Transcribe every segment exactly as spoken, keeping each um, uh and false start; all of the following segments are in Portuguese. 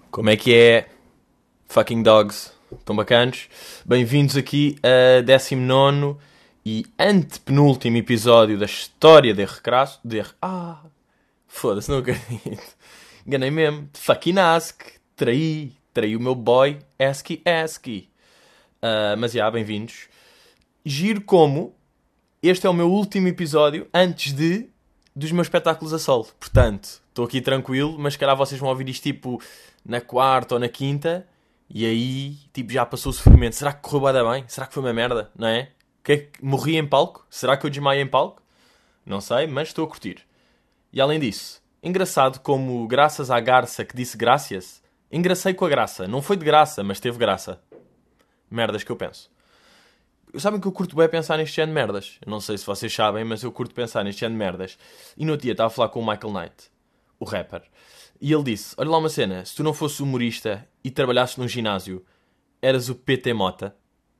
Como é que é? Fucking dogs. Estão bacanos? Bem-vindos aqui a décimo nono e antepenúltimo episódio da história de Recrasso. De... Ah, foda-se, não acredito. Enganei mesmo. Fucking ask. Traí. Traí o meu boy. Asky Asky. Uh, mas já, bem-vindos. Giro como este é o meu último episódio antes de dos meus espetáculos a solo. Portanto, estou aqui tranquilo, mas se calhar vocês vão ouvir isto tipo na quarta ou na quinta e aí tipo já passou o sofrimento. Será que correu bem, bem? Será que foi uma merda? Não é? Que é que morri em palco? Será que eu desmaiei em palco? Não sei, mas estou a curtir. E além disso, engraçado como graças à garça que disse graças, engracei com a graça. Não foi de graça, mas teve graça. Merdas que eu penso. Sabem que eu curto bem pensar neste género de merdas. Eu não sei se vocês sabem, mas eu curto pensar neste género de merdas. E no outro dia estava a falar com o Michael Knight, o rapper. E ele disse, olha lá uma cena, se tu não fosses humorista e trabalhasses num ginásio, eras o P T Mota.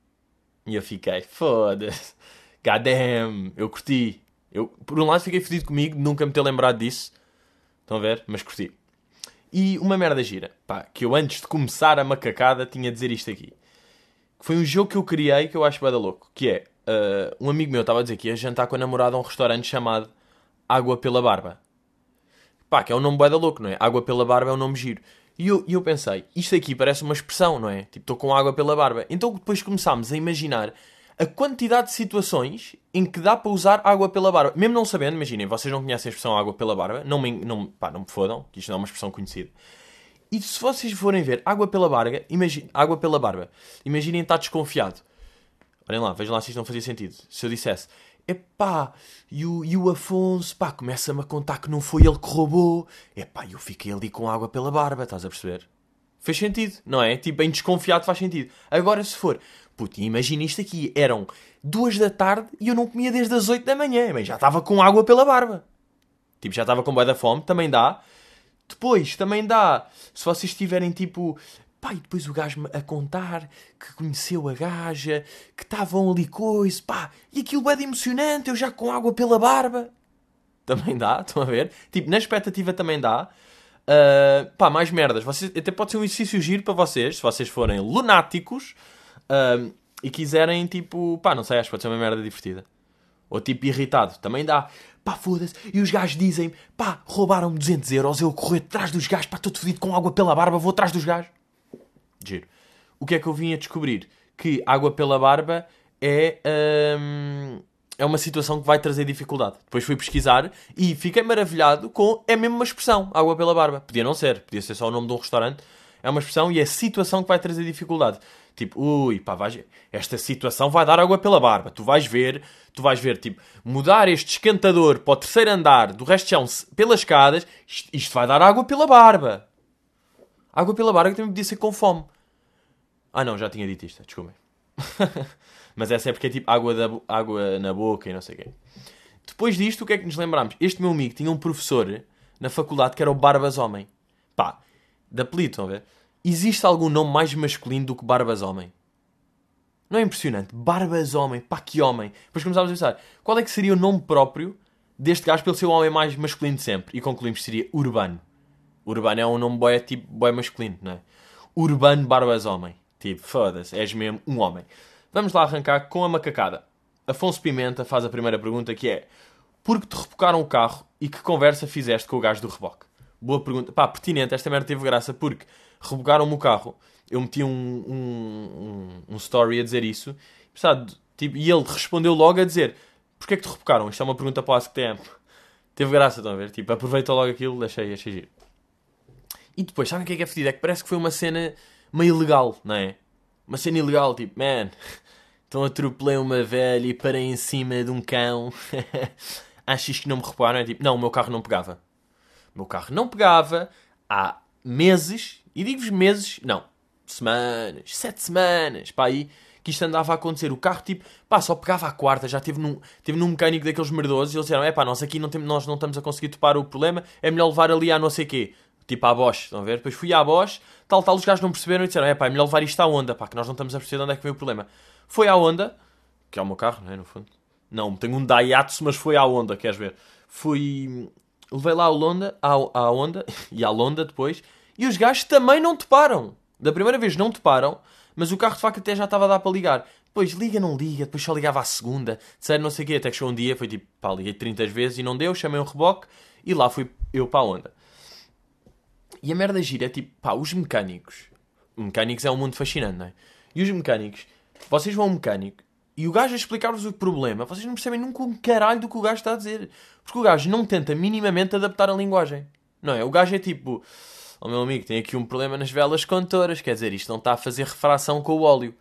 E eu fiquei, foda-se. God damn, eu curti. Eu, por um lado fiquei fedido comigo de nunca me ter lembrado disso. Estão a ver? Mas curti. E uma merda gira, pá, que eu antes de começar a macacada tinha a dizer isto aqui. Foi um jogo que eu criei que eu acho bué da louco. Que é, uh, um amigo meu estava a dizer que ia jantar com a namorada a um restaurante chamado Água pela Barba. Pá, que é um nome bué da louco, não é? Água pela Barba é um nome giro. E eu, e eu pensei, isto aqui parece uma expressão, não é? Tipo, estou com água pela barba. Então depois começámos a imaginar a quantidade de situações em que dá para usar água pela barba. Mesmo não sabendo, imaginem, vocês não conhecem a expressão água pela barba, não me, não, pá, não me fodam, que isto não é uma expressão conhecida. E se vocês forem ver água pela barba, imagine, água pela barba, imaginem estar desconfiado. Olhem lá, vejam lá se isto não fazia sentido. Se eu dissesse, epá, e o, e o Afonso, pá, começa-me a contar que não foi ele que roubou. Epá, eu fiquei ali com água pela barba, estás a perceber? Fez sentido, não é? Tipo, em desconfiado faz sentido. Agora se for, puto, imagina isto aqui, eram duas da tarde e eu não comia desde as oito da manhã. Bem, já estava com água pela barba. Tipo, já estava com bué da fome, também dá. Depois, também dá, se vocês tiverem tipo, pá, e depois o gajo a contar que conheceu a gaja, que estavam ali coisa, pá, e aquilo é de emocionante, eu já com água pela barba. Também dá, estão a ver? Tipo, na expectativa também dá. Uh, pá, mais merdas. Vocês, até pode ser um exercício giro para vocês, se vocês forem lunáticos uh, e quiserem, tipo, pá, não sei, acho que pode ser uma merda divertida. Ou tipo irritado, também dá. Pá, foda-se. E os gajos dizem, pá, roubaram-me duzentos euros, eu corri atrás dos gajos, pá, estou fedido com água pela barba, vou atrás dos gajos. Giro. O que é que eu vim a descobrir? Que água pela barba é, hum, é uma situação que vai trazer dificuldade. Depois fui pesquisar e fiquei maravilhado com, é mesmo uma expressão, água pela barba. Podia não ser, podia ser só o nome de um restaurante. É uma expressão e é situação que vai trazer dificuldade. Tipo, ui, pá, vais... esta situação vai dar água pela barba. Tu vais ver, tu vais ver, tipo, mudar este esquentador para o terceiro andar do resto de chão pelas escadas, isto, isto vai dar água pela barba. Água pela barba que também podia ser com fome. Ah não, já tinha dito isto, desculpem. Mas essa é porque é tipo água, da, água na boca e não sei o quê. Depois disto, o que é que nos lembramos? Este meu amigo tinha um professor na faculdade que era o Barbas Homem. Pá, de apelido, estão a ver? Existe algum nome mais masculino do que Barbas Homem? Não é impressionante? Barbas Homem, pá, que homem. Depois começámos a pensar, qual é que seria o nome próprio deste gajo para ele ser o homem mais masculino de sempre? E concluímos que seria Urbano. Urbano é um nome boé, tipo, boé masculino, não é? Urbano Barbas Homem. Tipo, foda-se, és mesmo um homem. Vamos lá arrancar com a macacada. Afonso Pimenta faz a primeira pergunta que é, por que te rebocaram o carro e que conversa fizeste com o gajo do reboque? Boa pergunta. Pá, pertinente, esta merda teve graça porque rebocaram-me o carro. Eu meti um, um, um, um story a dizer isso. Sabe, tipo, e ele respondeu logo a dizer, porquê é que te rebocaram? Isto é uma pergunta para o Ask T M. Teve graça, estão a ver? Tipo, aproveita logo aquilo, achei, achei giro. E depois, sabem o que é que é fedido? É que parece que foi uma cena meio ilegal, não é? Uma cena ilegal, tipo, man, então atropelei uma velha e parei em cima de um cão. Achas que não me repararam? É tipo, não, o meu carro não pegava. O meu carro não pegava há meses, e digo-vos meses, não, semanas, sete semanas, pá, aí, que isto andava a acontecer. O carro, tipo, pá, só pegava à quarta, já teve num, teve num mecânico daqueles merdosos, e eles disseram, é pá, nós aqui não, temos, nós não estamos a conseguir topar o problema, é melhor levar ali a não sei quê. Tipo à Bosch, estão a ver? Depois fui à Bosch, tal, tal, os gajos não perceberam e disseram, é pá, é melhor levar isto à Honda, pá, que nós não estamos a perceber de onde é que veio o problema. Foi à Honda, que é o meu carro, não é, no fundo? Não, tenho um Daihatsu, mas foi à Honda, queres ver? Fui, levei lá a Honda, à, à Honda, e à Honda depois, E os gajos também não te param. Da primeira vez não te param, mas o carro de facto até já estava a dar para ligar. Depois liga, não liga, depois só ligava à segunda, sério, não sei o quê, até que chegou um dia, foi tipo, pá, liguei trinta vezes e não deu, chamei um reboque e lá fui eu para a onda. E a merda gira é tipo, pá, os mecânicos, mecânicos é um mundo fascinante, não é? E os mecânicos, vocês vão a um mecânico e o gajo a explicar-vos o problema, vocês não percebem nunca um caralho do que o gajo está a dizer. Porque o gajo não tenta minimamente adaptar a linguagem, não é? O gajo é tipo, ó meu amigo, tem aqui um problema nas velas condutoras, quer dizer, isto não está a fazer refração com o óleo.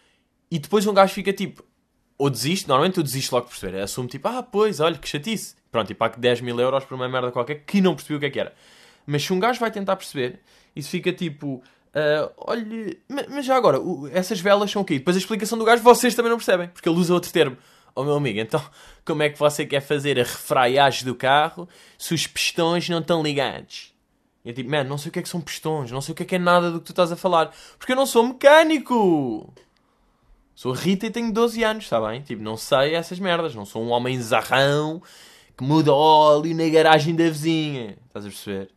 E depois um gajo fica tipo, ou desiste, normalmente tu desistes logo de perceber, assume tipo, ah pois, olha que chatice. Pronto, e paga dez mil euros por uma merda qualquer que não percebi o que é que era. Mas se um gajo vai tentar perceber, isso fica tipo, uh, olha, mas já agora, o, essas velas são o quê? Depois a explicação do gajo vocês também não percebem, porque ele usa outro termo. Ó oh, meu amigo, então como é que você quer fazer a refraiagem do carro se os pistões não estão ligados? E é tipo, man, não sei o que é que são pistões, não sei o que é que é nada do que tu estás a falar, porque eu não sou mecânico. Sou Rita e tenho doze anos, está bem? Tipo, não sei essas merdas. Não sou um homem zarrão que muda óleo na garagem da vizinha. Estás a perceber?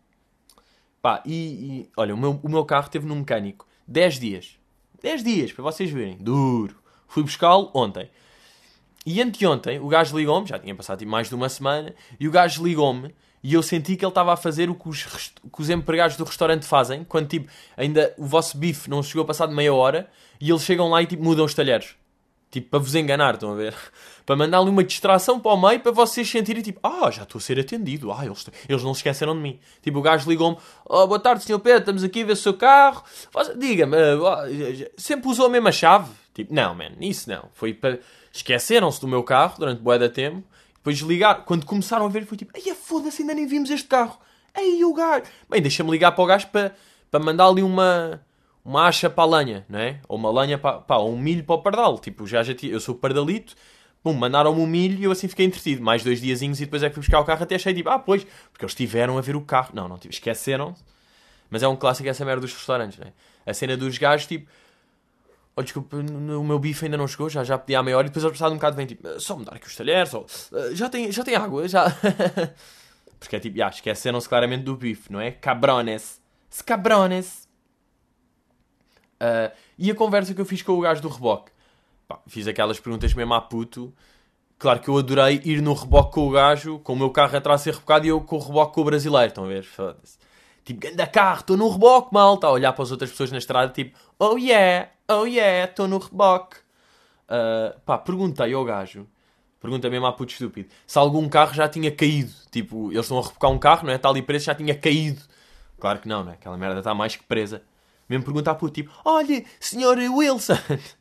Pá, e... e olha, o meu, o meu carro teve no mecânico dez dias. dez dias, para vocês verem. Duro. Fui buscá-lo ontem. E anteontem, o gajo ligou-me, já tinha passado tipo, mais de uma semana, e o gajo ligou-me e eu senti que ele estava a fazer o que os, rest- que os empregados do restaurante fazem, quando tipo, ainda o vosso bife não chegou a passar de meia hora, e eles chegam lá e tipo, mudam os talheres. Tipo, para vos enganar, estão a ver? Para mandar-lhe uma distração para o meio, para vocês sentirem tipo, ah, já estou a ser atendido, ah, eles, eles não se esqueceram de mim. Tipo, o gajo ligou-me, oh, boa tarde, senhor Pedro, estamos aqui a ver o seu carro. Você- Diga-me, ah, sempre usou a mesma chave? Tipo, não, man, isso não. Foi para... Esqueceram-se do meu carro durante bué de tempo. Depois ligaram. Quando começaram a ver, foi tipo, ai, foda-se, ainda nem vimos este carro. Ai, o gajo. Bem, deixa-me ligar para o gajo para, para mandar ali uma, uma acha para a lenha, não é? Ou uma lenha para, pá, ou um milho para o pardal. Tipo, já, já tinha, eu sou pardalito. Pum, mandaram-me um milho e eu assim fiquei entretido. Mais dois diazinhos e depois é que fui buscar o carro. Até achei tipo, ah, pois, porque eles tiveram a ver o carro. Não, não, tipo, esqueceram-se. Mas é um clássico essa merda dos restaurantes, não é? A cena dos gajos, tipo, oh, desculpa, o meu bife ainda não chegou, já, já pedi há meia hora e depois ao passado um bocado vem tipo, só mudar aqui os talheres, ou, "Ah, já, tem, já tem água, já." Porque é tipo, já, esqueceram-se claramente do bife, não é? Cabrones. Se cabrones. Ah, e a conversa que eu fiz com o gajo do reboque? Pá, fiz aquelas perguntas mesmo à puto. Claro que eu adorei ir no reboque com o gajo, com o meu carro atrás a ser rebocado e eu com o reboque com o brasileiro, estão a ver? Foda-se. Tipo, ganda carro, estou no reboque, malta. A olhar para as outras pessoas na estrada, tipo, oh yeah, oh yeah, estou no reboque. Uh, pá, perguntei ao gajo, pergunta mesmo à puto estúpido, se algum carro já tinha caído. Tipo, eles estão a rebocar um carro, não é? Está ali preso, já tinha caído. Claro que não, não é? Aquela merda está mais que presa. Mesmo perguntar à puto, tipo, olha, senhor Wilson.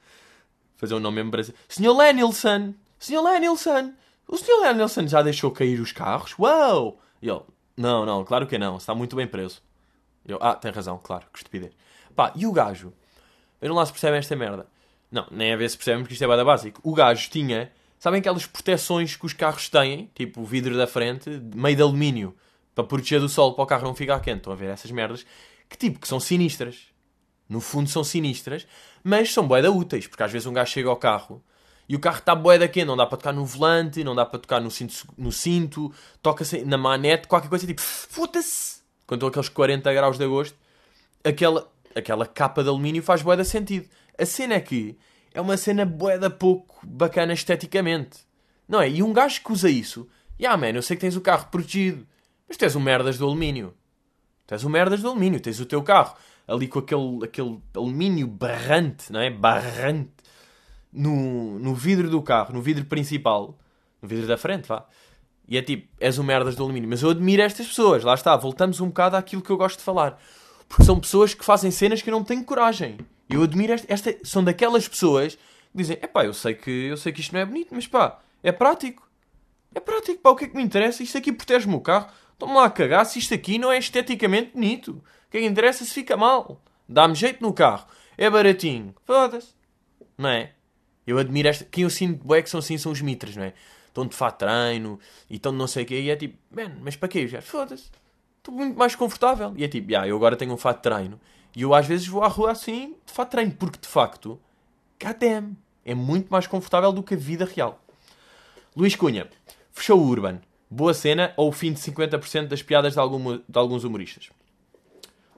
Fazer um nome mesmo brasileiro. senhor Lenilson, senhor Lenilson, o senhor Lenilson já deixou cair os carros? Uau! E ele, não, não, claro que não, está muito bem preso. Eu, ah, tem razão, claro, que estupidez. Pá, e o gajo? Eu não lá se percebem esta merda. Não, nem a ver se percebem porque isto é bada básico. O gajo tinha, sabem aquelas proteções que os carros têm? Tipo o vidro da frente, meio de alumínio, para proteger do sol, para o carro não ficar quente. Estão a ver essas merdas? Que tipo, que são sinistras. No fundo são sinistras, mas são bué da úteis, porque às vezes um gajo chega ao carro e o carro está bué da quente, não dá para tocar no volante, não dá para tocar no cinto, no cinto toca-se na manete, qualquer coisa tipo, foda-se! Quando estão aqueles quarenta graus de agosto, aquela, aquela capa de alumínio faz bué da sentido. A cena é que é uma cena bué da pouco bacana esteticamente. Não é? E um gajo que usa isso, ya, yeah, man, eu sei que tens o carro protegido, mas tu és um merdas do alumínio. Tu és um merdas do alumínio, tens o teu carro ali com aquele, aquele alumínio barrante, não é? Barrante. No, no vidro do carro, no vidro principal, no vidro da frente, vá. E é tipo, és um merdas do alumínio. Mas eu admiro estas pessoas, lá está, voltamos um bocado àquilo que eu gosto de falar. Porque são pessoas que fazem cenas que eu não tenho coragem. Eu admiro esta, esta são daquelas pessoas que dizem, epá, eu sei que, eu sei que isto não é bonito, mas pá, é prático. É prático, pá, o que é que me interessa? Isto aqui protege-me o carro. Estou-me lá a cagar se isto aqui não é esteticamente bonito. O que é que interessa se fica mal? Dá-me jeito no carro. É baratinho. Foda-se. Não é? Eu admiro esta... Quem eu sinto bué que são assim são os mitras, não é? Estão de fato treino e estão de não sei o quê. E é tipo, man, mas para quê? Já, foda-se. Estou muito mais confortável. E é tipo, yeah, eu agora tenho um fato de treino. E eu às vezes vou à rua assim, de fato de treino. Porque de facto, goddamn, é muito mais confortável do que a vida real. Luís Cunha. Fechou o Urban. Boa cena ou o fim de cinquenta por cento das piadas de, algum, de alguns humoristas?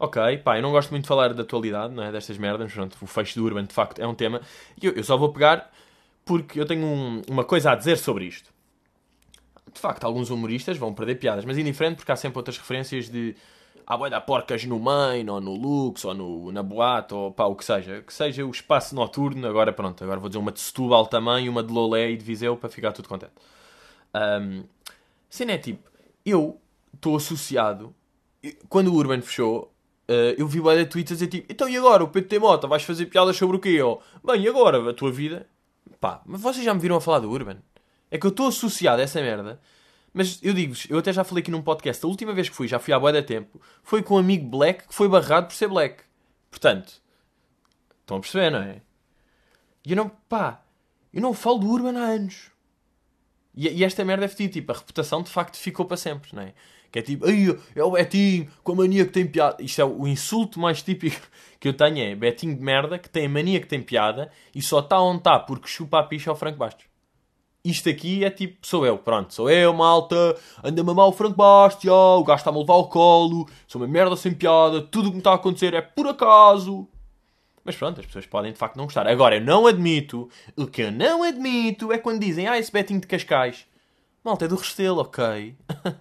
Ok, pá, eu não gosto muito de falar da atualidade, não é? Destas merdas, mas pronto, o fecho do Urban de facto é um tema. E eu, eu só vou pegar porque eu tenho um- uma coisa a dizer sobre isto. De facto, alguns humoristas vão perder piadas, mas indiferente porque há sempre outras referências de ah, vai dar porcas no Main, ou no Lux, ou no, na Boate, ou pá, o que seja. Que seja o espaço noturno, agora pronto, agora vou dizer uma de Setúbal também, uma de Lolé e de Viseu para ficar tudo contente. Um, Cena é tipo, eu estou associado, quando o Urban fechou, eh, eu vi bué de tweets a dizer tipo, então e agora, o P T Mota, vais fazer piadas sobre o quê? Ó? Bem, e agora, a tua vida? Pá, mas vocês já me viram a falar do Urban? É que eu estou associado a essa merda. Mas eu digo-vos, eu até já falei aqui num podcast, a última vez que fui, já fui há bué de tempo, foi com um amigo black que foi barrado por ser black. Portanto, estão a perceber, não é? E eu não, pá, eu não falo do Urban há anos. E, e esta merda é fedida, tipo, a reputação de facto ficou para sempre, não é? Que é tipo, ai, é o Betinho, com a mania que tem piada. Isto é o insulto mais típico que eu tenho, é Betinho de merda, que tem a mania que tem piada e só está onde está porque chupa a picha ao Franco Bastos. Isto aqui é tipo, sou eu, pronto, sou eu, malta, anda-me a mal o Franco Bastos, ó, o gajo está-me a levar ao colo, sou uma merda sem piada, tudo o que me está a acontecer é por acaso. Mas pronto, as pessoas podem de facto não gostar. Agora, eu não admito, o que eu não admito é quando dizem, ah, esse Betinho de Cascais. Malta, é do Restelo, ok.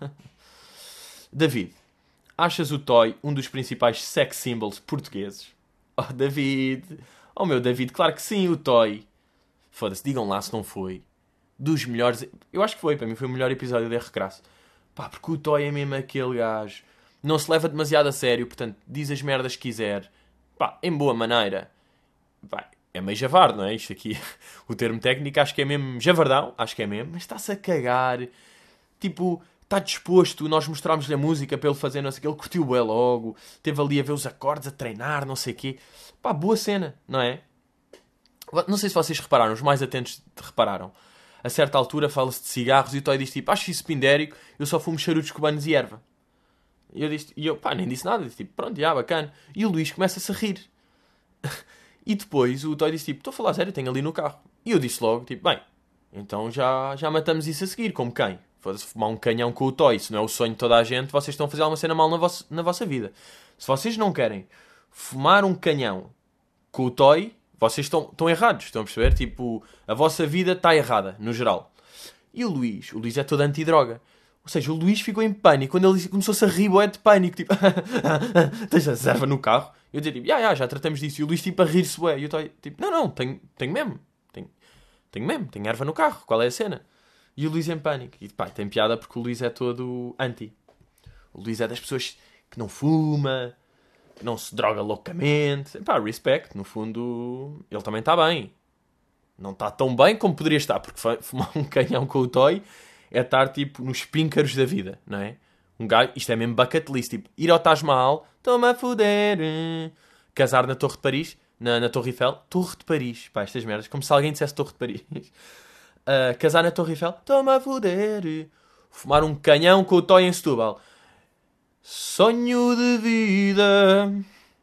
David, achas o Toy um dos principais sex symbols portugueses? Oh, David. Oh, meu David, claro que sim, o Toy. Foda-se, digam lá se não foi. Dos melhores... Eu acho que foi, para mim foi o melhor episódio de Recrasso. Pá, porque o Toy é mesmo aquele gajo. Não se leva demasiado a sério, portanto, diz as merdas que quiser. Pá, em boa maneira. Pá, é meio javardo, não é? Isto aqui, o termo técnico, acho que é mesmo javardão, acho que é mesmo, mas está-se a cagar. Tipo, está disposto, nós mostrámos-lhe a música para ele fazer, não sei o que, ele curtiu bem logo, teve ali a ver os acordes, a treinar, não sei o quê. Pá, boa cena, não é? Não sei se vocês repararam, os mais atentos repararam. A certa altura fala-se de cigarros e o Toy diz tipo, acho isso pindérico, eu só fumo charutos cubanos e erva. E eu, disse, e eu pá, nem disse nada, disse tipo, pronto, já, bacana. E o Luís começa-se a rir. E depois o Toy disse tipo, estou a falar sério, tenho ali no carro. E eu disse logo, tipo, bem, então já, já matamos isso a seguir, como quem? Foda-se, fumar um canhão com o Toy, se não é o sonho de toda a gente, vocês estão a fazer alguma cena mal na vossa, na vossa vida. Se vocês não querem fumar um canhão com o Toy, vocês estão, estão errados, estão a perceber? Tipo, a vossa vida está errada, no geral. E o Luís, o Luís é todo anti-droga. Ou seja, o Luís ficou em pânico quando ele começou-se a rir, é de pânico, tipo, tens a reserva no carro? E eu dizia tipo, já, já, já tratamos disso. E o Luís tipo a rir-se, ué. E eu estou tipo, não, não, tenho, tenho mesmo, tenho, tenho mesmo, tenho erva no carro, qual é a cena? E o Luís em pânico. E pá, tem piada porque o Luís é todo anti. O Luís é das pessoas que não fuma, que não se droga loucamente. Pá, respect, no fundo, ele também está bem. Não está tão bem como poderia estar, porque fumar um canhão com o Toy é estar, tipo, nos píncaros da vida, não é? Um gajo, isto é mesmo bucket list, tipo, ir ao Taj Mahal, toma a foder, casar na Torre de Paris, na, na Torre Eiffel, Torre de Paris, pá, estas merdas, como se alguém dissesse Torre de Paris. Uh, casar na Torre Eiffel, toma a foder, fumar um canhão com o Toy em Setúbal. Sonho de vida.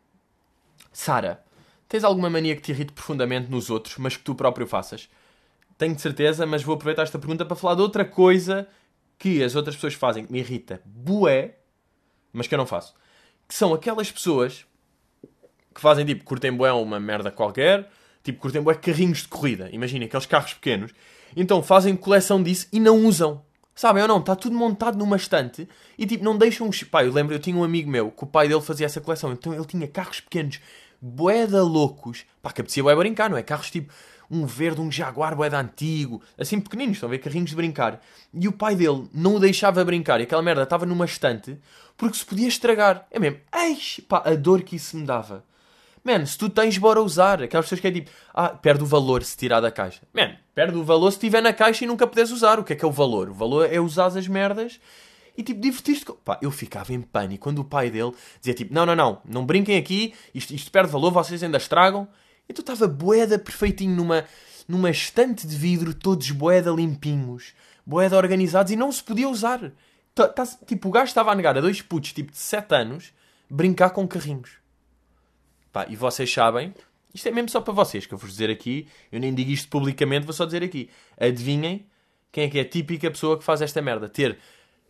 Sara, tens alguma mania que te irrite profundamente nos outros, mas que tu próprio faças? Tenho de certeza, mas vou aproveitar esta pergunta para falar de outra coisa que as outras pessoas fazem, que me irrita bué, mas que eu não faço. Que são aquelas pessoas que fazem, tipo, curtem bué uma merda qualquer, tipo, curtem bué carrinhos de corrida. Imaginem, aqueles carros pequenos. Então fazem coleção disso e não usam. Sabem ou não? Está tudo montado numa estante e, tipo, não deixam... Pá, eu lembro, eu tinha um amigo meu que o pai dele fazia essa coleção. Então ele tinha carros pequenos, bué da loucos. Pá, que apetecia bué brincar, não é? Carros, tipo... um verde, um Jaguar bué da antigo, assim pequeninos, estão a ver, carrinhos de brincar. E o pai dele não o deixava brincar, e aquela merda estava numa estante, porque se podia estragar. É mesmo, eixe, pá, a dor que isso me dava. Man, se tu tens, bora usar. Aquelas pessoas que é tipo, ah, perde o valor se tirar da caixa. Man, perde o valor se estiver na caixa e nunca puderes usar. O que é que é o valor? O valor é usar as merdas e, tipo, divertir-te. Pá, eu ficava em pânico quando o pai dele dizia, tipo, não, não, não, não brinquem aqui, isto, isto perde valor, vocês ainda estragam. Então estava boeda perfeitinho numa, numa estante de vidro, todos boeda limpinhos, boeda organizados e não se podia usar. Tá, tá, tipo, o gajo estava a negar a dois putos, tipo de sete anos, brincar com carrinhos. Pá, e vocês sabem, isto é mesmo só para vocês, que eu vou dizer aqui, eu nem digo isto publicamente, vou só dizer aqui. Adivinhem quem é que é a típica pessoa que faz esta merda. Ter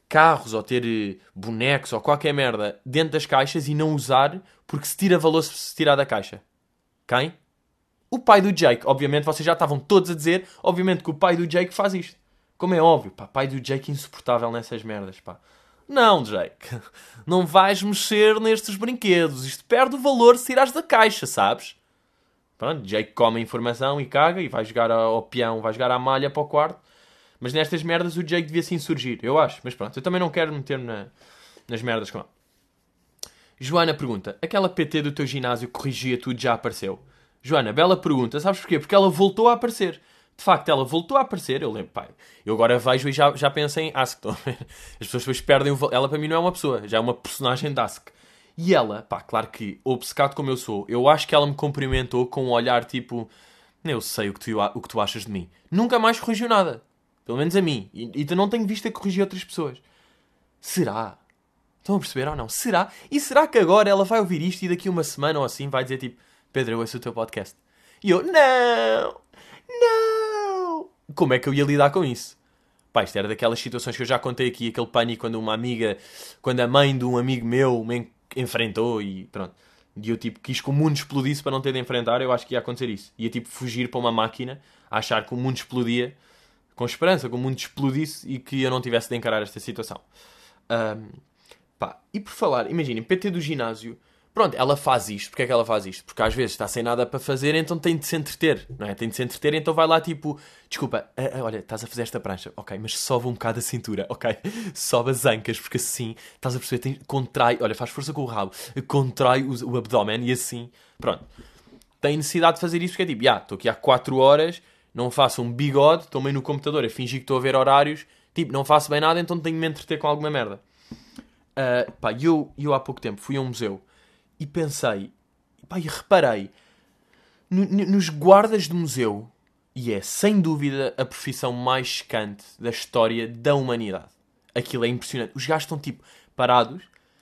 carros ou ter eh, bonecos ou qualquer merda dentro das caixas e não usar porque se tira valor se se tirar da caixa? Quem? O pai do Jake. Obviamente vocês já estavam todos a dizer, obviamente que o pai do Jake faz isto. Como é óbvio, pá, pai do Jake insuportável nessas merdas, pá. Não, Jake. Não vais mexer nestes brinquedos. Isto perde o valor se tirares da caixa, sabes? Pronto, Jake come a informação e caga e vai jogar ao peão, vai jogar à malha para o quarto. Mas nestas merdas o Jake devia se insurgir, eu acho. Mas pronto, eu também não quero meter-me na, nas merdas com ele. Joana pergunta, aquela P T do teu ginásio que corrigia tudo já apareceu? Joana, bela pergunta, sabes porquê? Porque ela voltou a aparecer. De facto, ela voltou a aparecer, eu lembro, pai. Eu agora vejo e já, já penso em Ask. As pessoas depois perdem o valor. Ela para mim não é uma pessoa, já é uma personagem de Ask. E ela, pá, claro que, obcecado como eu sou, eu acho que ela me cumprimentou com um olhar tipo... Eu sei o que tu, o que tu achas de mim. Nunca mais corrigiu nada. Pelo menos a mim. E, e não tenho visto a corrigir outras pessoas. Será? Estão a perceber ou não? Será? E será que agora ela vai ouvir isto e daqui uma semana ou assim vai dizer tipo... Pedro, eu ouço o teu podcast. E eu, não! Não! Como é que eu ia lidar com isso? Pá, isto era daquelas situações que eu já contei aqui, aquele pânico quando uma amiga, quando a mãe de um amigo meu me enfrentou e pronto. E eu tipo quis que o mundo explodisse para não ter de enfrentar, eu acho que ia acontecer isso. Ia tipo fugir para uma máquina, a achar que o mundo explodia, com esperança que o mundo explodisse e que eu não tivesse de encarar esta situação. Um, pá, e por falar, imaginem, P T do ginásio... Pronto, ela faz isto. Porquê é que ela faz isto? Porque às vezes está sem nada para fazer, então tem de se entreter, não é? Tem de se entreter, então vai lá tipo... Desculpa, uh, uh, olha, estás a fazer esta prancha. Ok, mas sobe um bocado a cintura, ok? Sobe as ancas, porque assim, estás a perceber, tem, contrai... Olha, faz força com o rabo. Contrai o, o abdômen e assim... Pronto. Tem necessidade de fazer isso porque é tipo... Já, yeah, estou aqui há quatro horas, não faço um bigode, estou meio no computador a fingir que estou a ver horários. Tipo, não faço bem nada, então tenho de me entreter com alguma merda. Uh, pá, eu, eu há pouco tempo fui a um museu... E pensei, pá, e reparei no, no, nos guardas do museu, e é sem dúvida a profissão mais chocante da história da humanidade. Aquilo é impressionante. Os gajos estão tipo parados,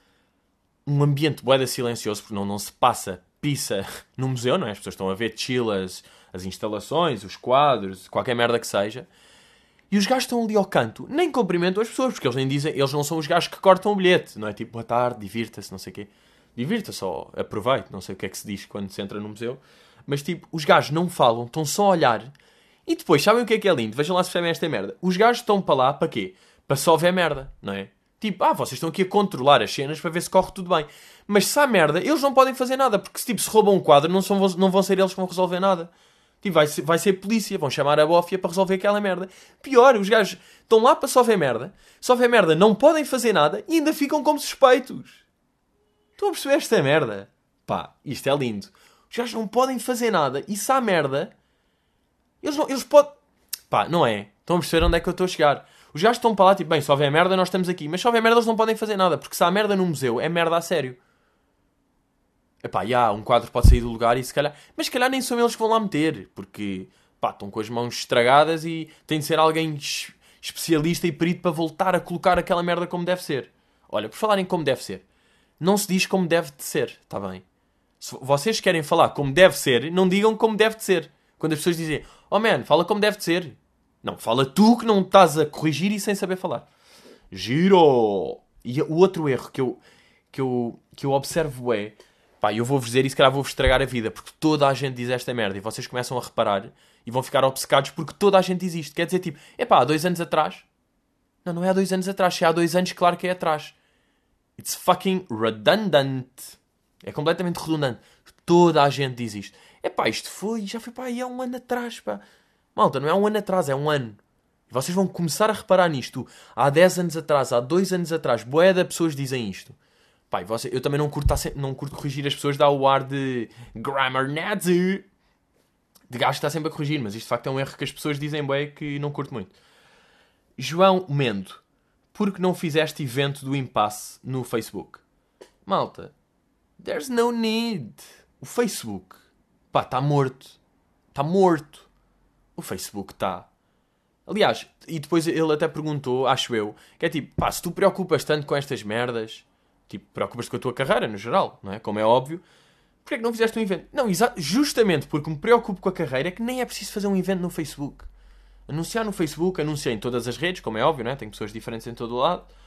um ambiente bué silencioso, porque não, não se passa pizza no museu, não é? As pessoas estão a ver chilas, as instalações, os quadros, qualquer merda que seja. E os gajos estão ali ao canto, nem cumprimentam as pessoas, porque eles nem dizem, eles não são os gajos que cortam o bilhete, não é? Tipo, boa tarde, divirta-se, não sei o quê. Divirta-se ou aproveite, não sei o que é que se diz quando se entra no museu. Mas tipo, os gajos não falam, estão só a olhar. E depois, sabem o que é que é lindo? Vejam lá se percebem esta merda. Os gajos estão para lá, para quê? Para só ver merda, não é? Tipo, ah, vocês estão aqui a controlar as cenas para ver se corre tudo bem. Mas se há merda, eles não podem fazer nada. Porque se, tipo, se roubam um quadro, não, são, não vão ser eles que vão resolver nada. Tipo, vai ser, vai ser polícia, vão chamar a bófia para resolver aquela merda. Pior, os gajos estão lá para só ver merda. Só ver merda, não podem fazer nada e ainda ficam como suspeitos. Estão a perceber esta merda? Pá, isto é lindo. Os gajos não podem fazer nada. E se há merda... Eles não... Eles podem... Pá, não é? Estão a perceber onde é que eu estou a chegar? Os gajos estão para lá, tipo, bem, se houver merda, nós estamos aqui. Mas se houver merda, eles não podem fazer nada. Porque se há merda no museu, é merda a sério. Epá, já, um quadro pode sair do lugar e se calhar... Mas se calhar nem são eles que vão lá meter. Porque, pá, estão com as mãos estragadas e tem de ser alguém especialista e perito para voltar a colocar aquela merda como deve ser. Olha, por falarem como deve ser... Não se diz como deve de ser, está bem? Se vocês querem falar como deve ser, não digam como deve de ser. Quando as pessoas dizem, oh man, fala como deve de ser. Não, fala tu que não estás a corrigir e sem saber falar. Giro! E o outro erro que eu, que eu, que eu observo é... Pá, eu vou-vos dizer e se calhar vou-vos estragar a vida, porque toda a gente diz esta merda e vocês começam a reparar e vão ficar obcecados porque toda a gente diz isto. Quer dizer, tipo, epá, há dois anos atrás... Não, não é há dois anos atrás. Se é há dois anos, claro que é atrás. It's fucking redundant. É completamente redundante. Toda a gente diz isto. Epá, isto foi, já foi pá, aí há um ano atrás, pá. Malta, não é um ano atrás, é um ano. E vocês vão começar a reparar nisto. Há dez anos atrás, há dois anos atrás, bué de pessoas dizem isto. Pá, e você, eu também não curto, tá, não curto corrigir as pessoas, dá o ar de grammar nazi. De gajo que está sempre a corrigir, mas isto de facto é um erro que as pessoas dizem bué que não curto muito. João Mendo. Porque não fizeste evento do impasse no Facebook? Malta, there's no need. O Facebook, pá, está morto. Está morto. O Facebook está. Aliás, e depois ele até perguntou, acho eu, que é tipo, pá, se tu preocupas tanto com estas merdas, tipo, preocupas-te com a tua carreira, no geral, não é? Como é óbvio, porquê é que não fizeste um evento? Não, exa- justamente porque me preocupo com a carreira é que nem é preciso fazer um evento no Facebook. Anunciar no Facebook, anunciar em todas as redes, como é óbvio, né? Tem pessoas diferentes em todo o lado.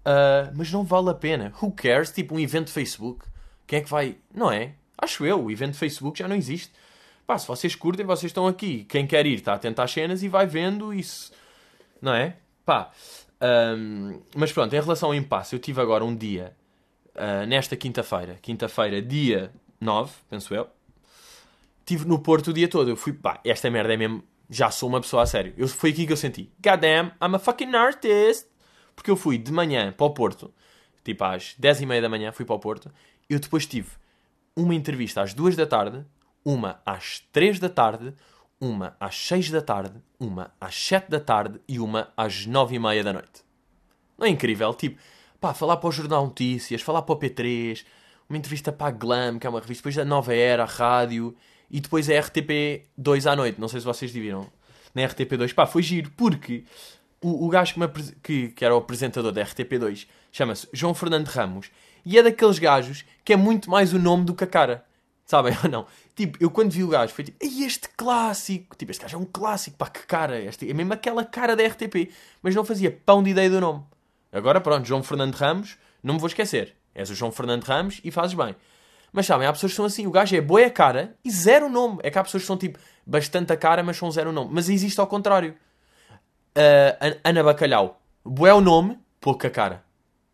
Uh, mas não vale a pena. Who cares? Tipo, um evento de Facebook. Quem é que vai... Não é? Acho eu. O evento de Facebook já não existe. Pá, se vocês curtem, vocês estão aqui. Quem quer ir está atento às cenas e vai vendo isso. Não é? Pá. Um, mas pronto, em relação ao impasse, eu tive agora um dia, uh, nesta quinta-feira. Quinta-feira, dia nove, penso eu. Estive no Porto o dia todo. Eu fui... Pá, esta merda é mesmo... Já sou uma pessoa a sério. Eu, foi aqui que eu senti. God damn, I'm a fucking artist. Porque eu fui de manhã para o Porto. Tipo às dez e meia da manhã fui para o Porto. Eu depois tive uma entrevista às duas da tarde. Uma às três da tarde. Uma às seis da tarde. Uma às sete da tarde. E uma às nove e meia da noite. Não é incrível? Tipo, pá, falar para o Jornal Notícias. Falar para o P três. Uma entrevista para a Glam, que é uma revista. Depois da Nova Era, a rádio. E depois a R T P dois à noite. Não sei se vocês viram. Na R T P dois. Pá, foi giro. Porque o, o gajo que, me, que, que era o apresentador da R T P dois chama-se João Fernando Ramos. E é daqueles gajos que é muito mais o nome do que a cara. Sabem ou não? Tipo, eu quando vi o gajo foi tipo... Ei, este clássico. Tipo, este gajo é um clássico. Pá, que cara. Este, é mesmo aquela cara da R T P. Mas não fazia pão de ideia do nome. Agora pronto, João Fernando Ramos. Não me vou esquecer. És o João Fernando Ramos e fazes bem. Mas sabem, há pessoas que são assim, o gajo é boa a cara e zero nome. É que há pessoas que são tipo, bastante a cara, mas são zero nome. Mas existe ao contrário. Uh, Ana Bacalhau. Boa o nome, pouca cara.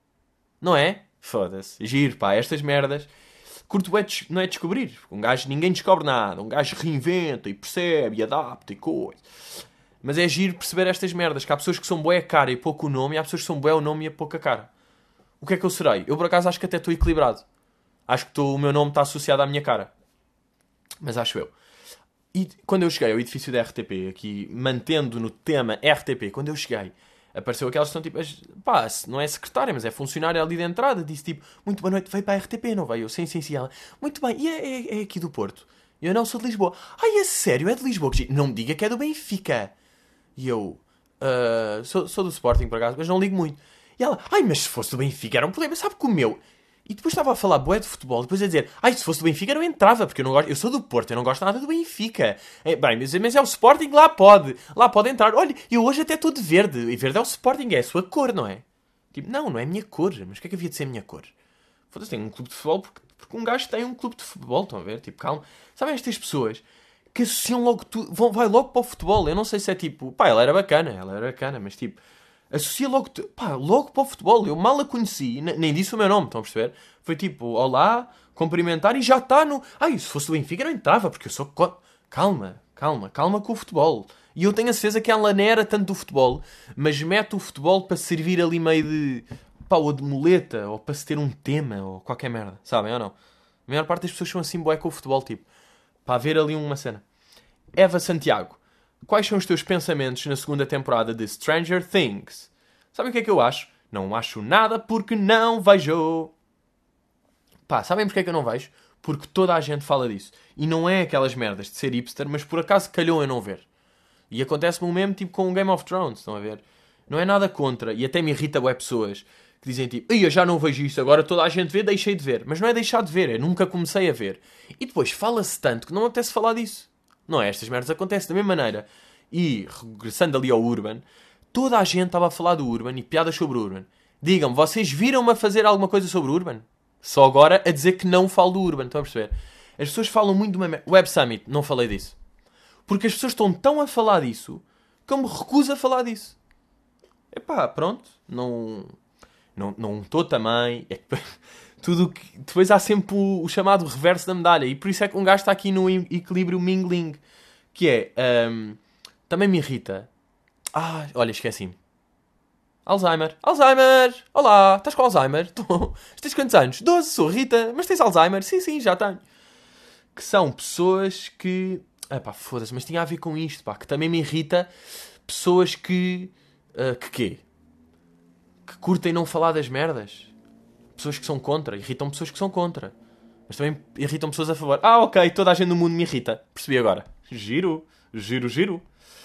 Não é? Foda-se. Giro, pá, estas merdas. Curto é, não é descobrir. Um gajo, ninguém descobre nada. Um gajo reinventa e percebe e adapta e coisa. Mas é giro perceber estas merdas. Que há pessoas que são boa a cara e pouco nome e há pessoas que são boa o nome e a pouca cara. O que é que eu serei? Eu por acaso acho que até estou equilibrado. Acho que tô, o meu nome está associado à minha cara. Mas acho eu. E quando eu cheguei ao edifício da R T P, aqui, mantendo no tema R T P, quando eu cheguei, apareceu aquelas que estão tipo... Pá, não é secretária, mas é funcionária ali de entrada. Disse tipo, muito boa noite, veio para a R T P, não veio? Eu, sim, sim, sim. Ela, muito bem, e é, é, é aqui do Porto? E eu, não, sou de Lisboa. Ai, é sério, é de Lisboa? Não me diga que é do Benfica. E eu, uh, sou, sou do Sporting, por acaso, mas não ligo muito. E ela, ai, mas se fosse do Benfica era um problema, sabe que o meu... E depois estava a falar bué de futebol, depois a dizer, ai, se fosse do Benfica eu não entrava, porque eu não gosto, eu sou do Porto, eu não gosto nada do Benfica. É, bem, mas, mas é o Sporting, lá pode, lá pode entrar. Olha, eu hoje até estou de verde, e verde é o Sporting, é a sua cor, não é? Tipo, não, não é a minha cor, mas o que é que havia de ser a minha cor? Foda-se, tem um clube de futebol porque, porque um gajo tem um clube de futebol, estão a ver? Tipo, calma. Sabem estas pessoas que associam logo tudo, vão, vai logo para o futebol, eu não sei se é tipo, pá, ela era bacana, ela era bacana, mas tipo... Associa logo, pá, logo para o futebol. Eu mal a conheci, nem disse o meu nome, estão a perceber? Foi tipo, olá, cumprimentar e já está no... Ai, se fosse do Benfica não entrava, porque eu sou... Calma, calma, calma com o futebol. E eu tenho a certeza que ela não era tanto do futebol, mas mete o futebol para servir ali meio de... Pá, ou de muleta, ou para se ter um tema, ou qualquer merda, sabem ou não? A maior parte das pessoas são assim bué com o futebol, tipo, para haver ali uma cena. Eva Santiago. Quais são os teus pensamentos na segunda temporada de Stranger Things? Sabem o que é que eu acho? Não acho nada porque não vejo. Pá, sabem porque é que eu não vejo? Porque toda a gente fala disso. E não é aquelas merdas de ser hipster, mas por acaso calhou eu não ver. E acontece-me o mesmo tipo com o Game of Thrones, estão a ver? Não é nada contra, e até me irrita bué pessoas que dizem tipo, eu já não vejo isto, agora toda a gente vê, deixei de ver. Mas não é deixar de ver, é nunca comecei a ver. E depois fala-se tanto que não me apetece falar disso. Não é? Estas merdas acontecem da mesma maneira. E, regressando ali ao Urban, toda a gente estava a falar do Urban e piadas sobre o Urban. Digam-me, vocês viram-me a fazer alguma coisa sobre o Urban? Só agora a dizer que não falo do Urban, estão a perceber? As pessoas falam muito de uma merda. Web Summit, não falei disso. Porque as pessoas estão tão a falar disso que eu me recuso a falar disso. Epá, pronto. Não não não estou também. É que... Tudo que... Depois há sempre o, o chamado reverso da medalha. E por isso é que um gajo está aqui no equilíbrio mingling. Que é... Um, também me irrita. Ah, olha, esqueci-me. Alzheimer. Alzheimer! Olá! Estás com Alzheimer? Tô. Tens quantos anos? doze, sou Rita. Mas tens Alzheimer? Sim, sim, já tenho. Que são pessoas que... Ah pá, foda-se. Mas tinha a ver com isto, pá. Que também me irrita. Pessoas que... Uh, que quê? Que curtem não falar das merdas. Pessoas que são contra. Irritam pessoas que são contra. Mas também irritam pessoas a favor. Ah, ok. Toda a gente no mundo me irrita. Percebi agora. Giro. Giro, giro.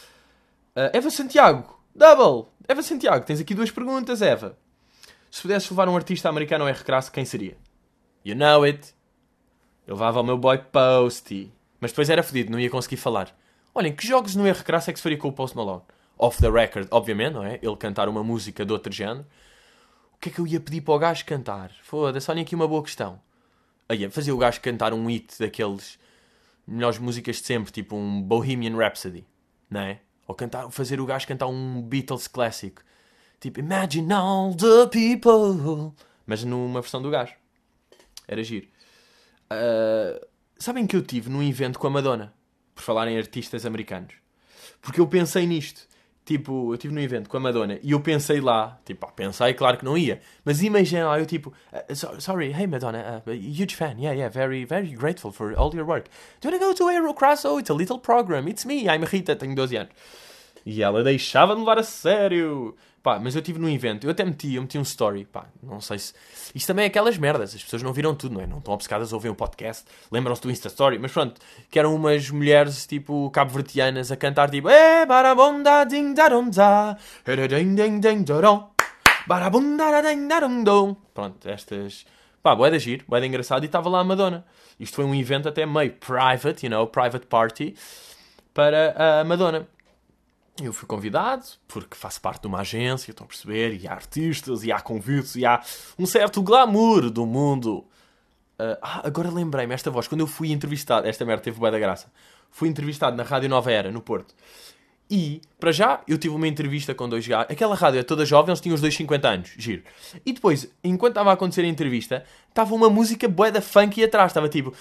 Uh, Eva Santiago. Double. Eva Santiago. Tens aqui duas perguntas, Eva. Se pudesses levar um artista americano ao R-Crass, quem seria? You know it. Eu levava o meu boy Posty. Mas depois era fodido. Não ia conseguir falar. Olhem, que jogos no R-Crass é que se faria com o Post Malone? Off the record, obviamente, não é? Ele cantar uma música de outro género. que é que eu ia pedir para o gajo cantar? Foda-se, olhem aqui uma boa questão. Aí, fazer o gajo cantar um hit daqueles melhores músicas de sempre, tipo um Bohemian Rhapsody, não é? Ou cantar, fazer o gajo cantar um Beatles clássico, tipo Imagine all the people, mas numa versão do gajo. Era giro. Uh, sabem que eu tive num evento com a Madonna, por falar em artistas americanos, porque eu pensei nisto. Tipo, eu estive num evento com a Madonna e eu pensei lá, tipo, ah, pensei, claro que não ia, mas imagina lá, eu tipo, uh, so, sorry, hey Madonna, uh, huge fan, yeah, yeah, very, very grateful for all your work. Do you want to go to Aerocross? Oh, it's a little program, it's me, I'm Rita, tenho doze anos. E ela deixava de levar a sério. Pá, mas eu estive num evento, eu até meti, eu meti um story, pá, não sei se... Isto também é aquelas merdas, as pessoas não viram tudo, não é? Não estão obcecadas a ouvir um podcast, lembram-se do Insta Story, mas pronto, que eram umas mulheres, tipo, cabo-verdianas a cantar, tipo... Eh, barabunda ding darumza, ding ding ding darom, barabunda ding darumdom. Pronto, estas... Pá, bué de giro, bué de engraçado, e estava lá a Madonna. Isto foi um evento até meio private, you know, private party, para a Madonna. Eu fui convidado, porque faço parte de uma agência, estão a perceber, e há artistas, e há convites, e há um certo glamour do mundo. Uh, ah, agora lembrei-me, esta voz, quando eu fui entrevistado, esta merda teve bué da graça, fui entrevistado na Rádio Nova Era, no Porto. E, para já, eu tive uma entrevista com dois gajos. Aquela rádio é toda jovem, eles tinham os dois cinquenta anos. Giro. E depois, enquanto estava a acontecer a entrevista, estava uma música bué da funk atrás. Estava tipo...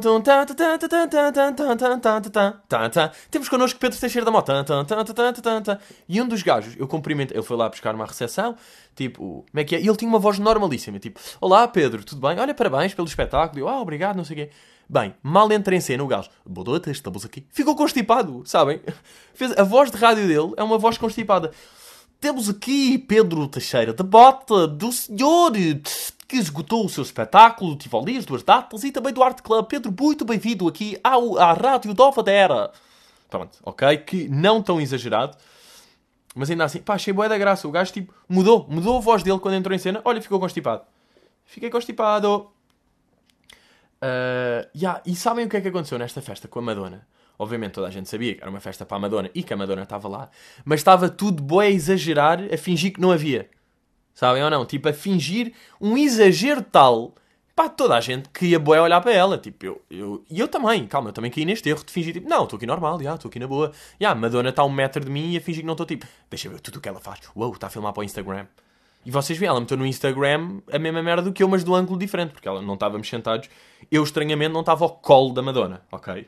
Temos connosco Pedro Teixeira da Mota. E um dos gajos, eu cumprimento... Ele foi lá buscar uma recepção. Tipo, como é que é? E ele tinha uma voz normalíssima. Tipo, olá Pedro, tudo bem? Olha, parabéns pelo espetáculo. Eu, ah, obrigado, não sei o quê. Bem, mal entra em cena o gajo, boa noite, estamos aqui. Ficou constipado, sabem? Fez, a voz de rádio dele é uma voz constipada. Temos aqui Pedro Teixeira da Bota, do senhor que esgotou o seu espetáculo, Tivoli, as duas datas, e também do Art Club. Pedro, muito bem-vindo aqui ao, à Rádio Nova Era. Pronto, ok? Que não tão exagerado. Mas ainda assim, pá, achei bué da graça. O gajo, tipo, mudou. Mudou a voz dele quando entrou em cena. Olha, ficou constipado. Fiquei constipado. Uh, yeah, e sabem o que é que aconteceu nesta festa com a Madonna? Obviamente toda a gente sabia que era uma festa para a Madonna e que a Madonna estava lá, mas estava tudo bué a exagerar, a fingir que não havia. Sabem ou não? Tipo, a fingir um exagero tal, pá, toda a gente queria bué olhar para ela. Tipo, eu, eu, e eu também, calma, eu também caí neste erro de fingir, tipo, não, estou aqui normal, já, estou aqui na boa. Já, a Madonna está a um metro de mim e a fingir que não estou, tipo, deixa eu ver tudo o que ela faz. Uou, está a filmar para o Instagram. E vocês veem, ela meteu no Instagram a mesma merda do que eu, mas de um ângulo diferente, porque ela não estávamos sentados. Eu, estranhamente, não estava ao colo da Madonna, ok?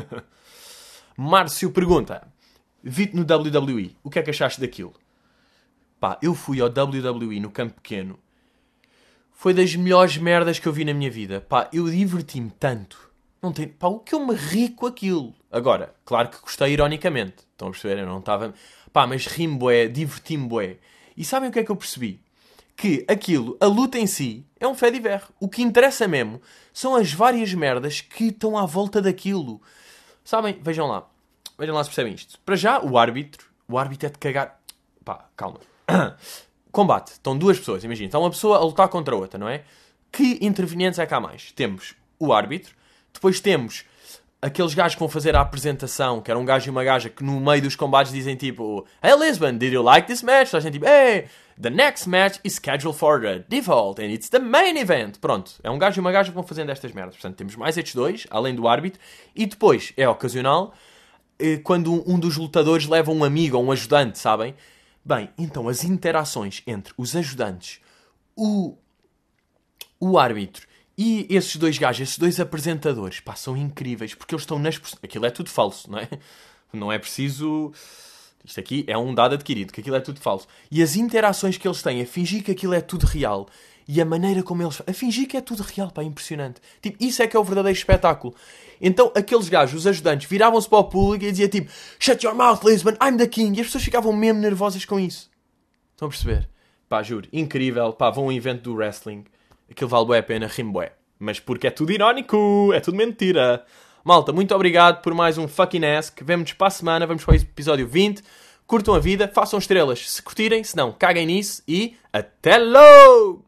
Márcio pergunta, vi-te no W W E, o que é que achaste daquilo? Pá, eu fui ao W W E no Campo Pequeno, foi das melhores merdas que eu vi na minha vida. Pá, eu diverti-me tanto. Não tem... Pá, o que eu me ri com aquilo? Agora, claro que gostei ironicamente, estão a perceber? Eu não estava... Pá, mas ri-me bué, diverti-me bué. E sabem o que é que eu percebi? Que aquilo, a luta em si, é um fait divers. O que interessa mesmo são as várias merdas que estão à volta daquilo. Sabem? Vejam lá. Vejam lá se percebem isto. Para já, o árbitro. O árbitro é de cagar... Pá, calma. Combate. Estão duas pessoas, imagina. Está uma pessoa a lutar contra a outra, não é? Que intervenientes é que há mais? Temos o árbitro. Depois temos... aqueles gajos que vão fazer a apresentação, que era um gajo e uma gaja, que no meio dos combates dizem tipo, Hey Lisbon, did you like this match? A gente tipo, Hey, the next match is scheduled for the default and it's the main event. Pronto, é um gajo e uma gaja que vão fazendo estas merdas. Portanto, temos mais estes dois, além do árbitro, e depois é ocasional, quando um dos lutadores leva um amigo ou um ajudante, sabem? Bem, então as interações entre os ajudantes, o, o árbitro, e esses dois gajos, esses dois apresentadores, pá, são incríveis, porque eles estão nas... Aquilo é tudo falso, não é? Não é preciso... Isto aqui é um dado adquirido, que aquilo é tudo falso. E as interações que eles têm, a fingir que aquilo é tudo real, e a maneira como eles... A fingir que é tudo real, pá, é impressionante. Tipo, isso é que é o verdadeiro espetáculo. Então, aqueles gajos, os ajudantes, viravam-se para o público e diziam tipo, Shut your mouth, Lisbon, I'm the king. E as pessoas ficavam mesmo nervosas com isso. Estão a perceber? Pá, juro, incrível. Pá, vão a um evento do wrestling. Aquilo vale bué a pena, rimo bué. Mas porque é tudo irónico, é tudo mentira. Malta, muito obrigado por mais um fucking ask. Vemo-nos para a semana, vamos para o episódio vinte. Curtam a vida, façam estrelas se curtirem, se não, caguem nisso e até logo!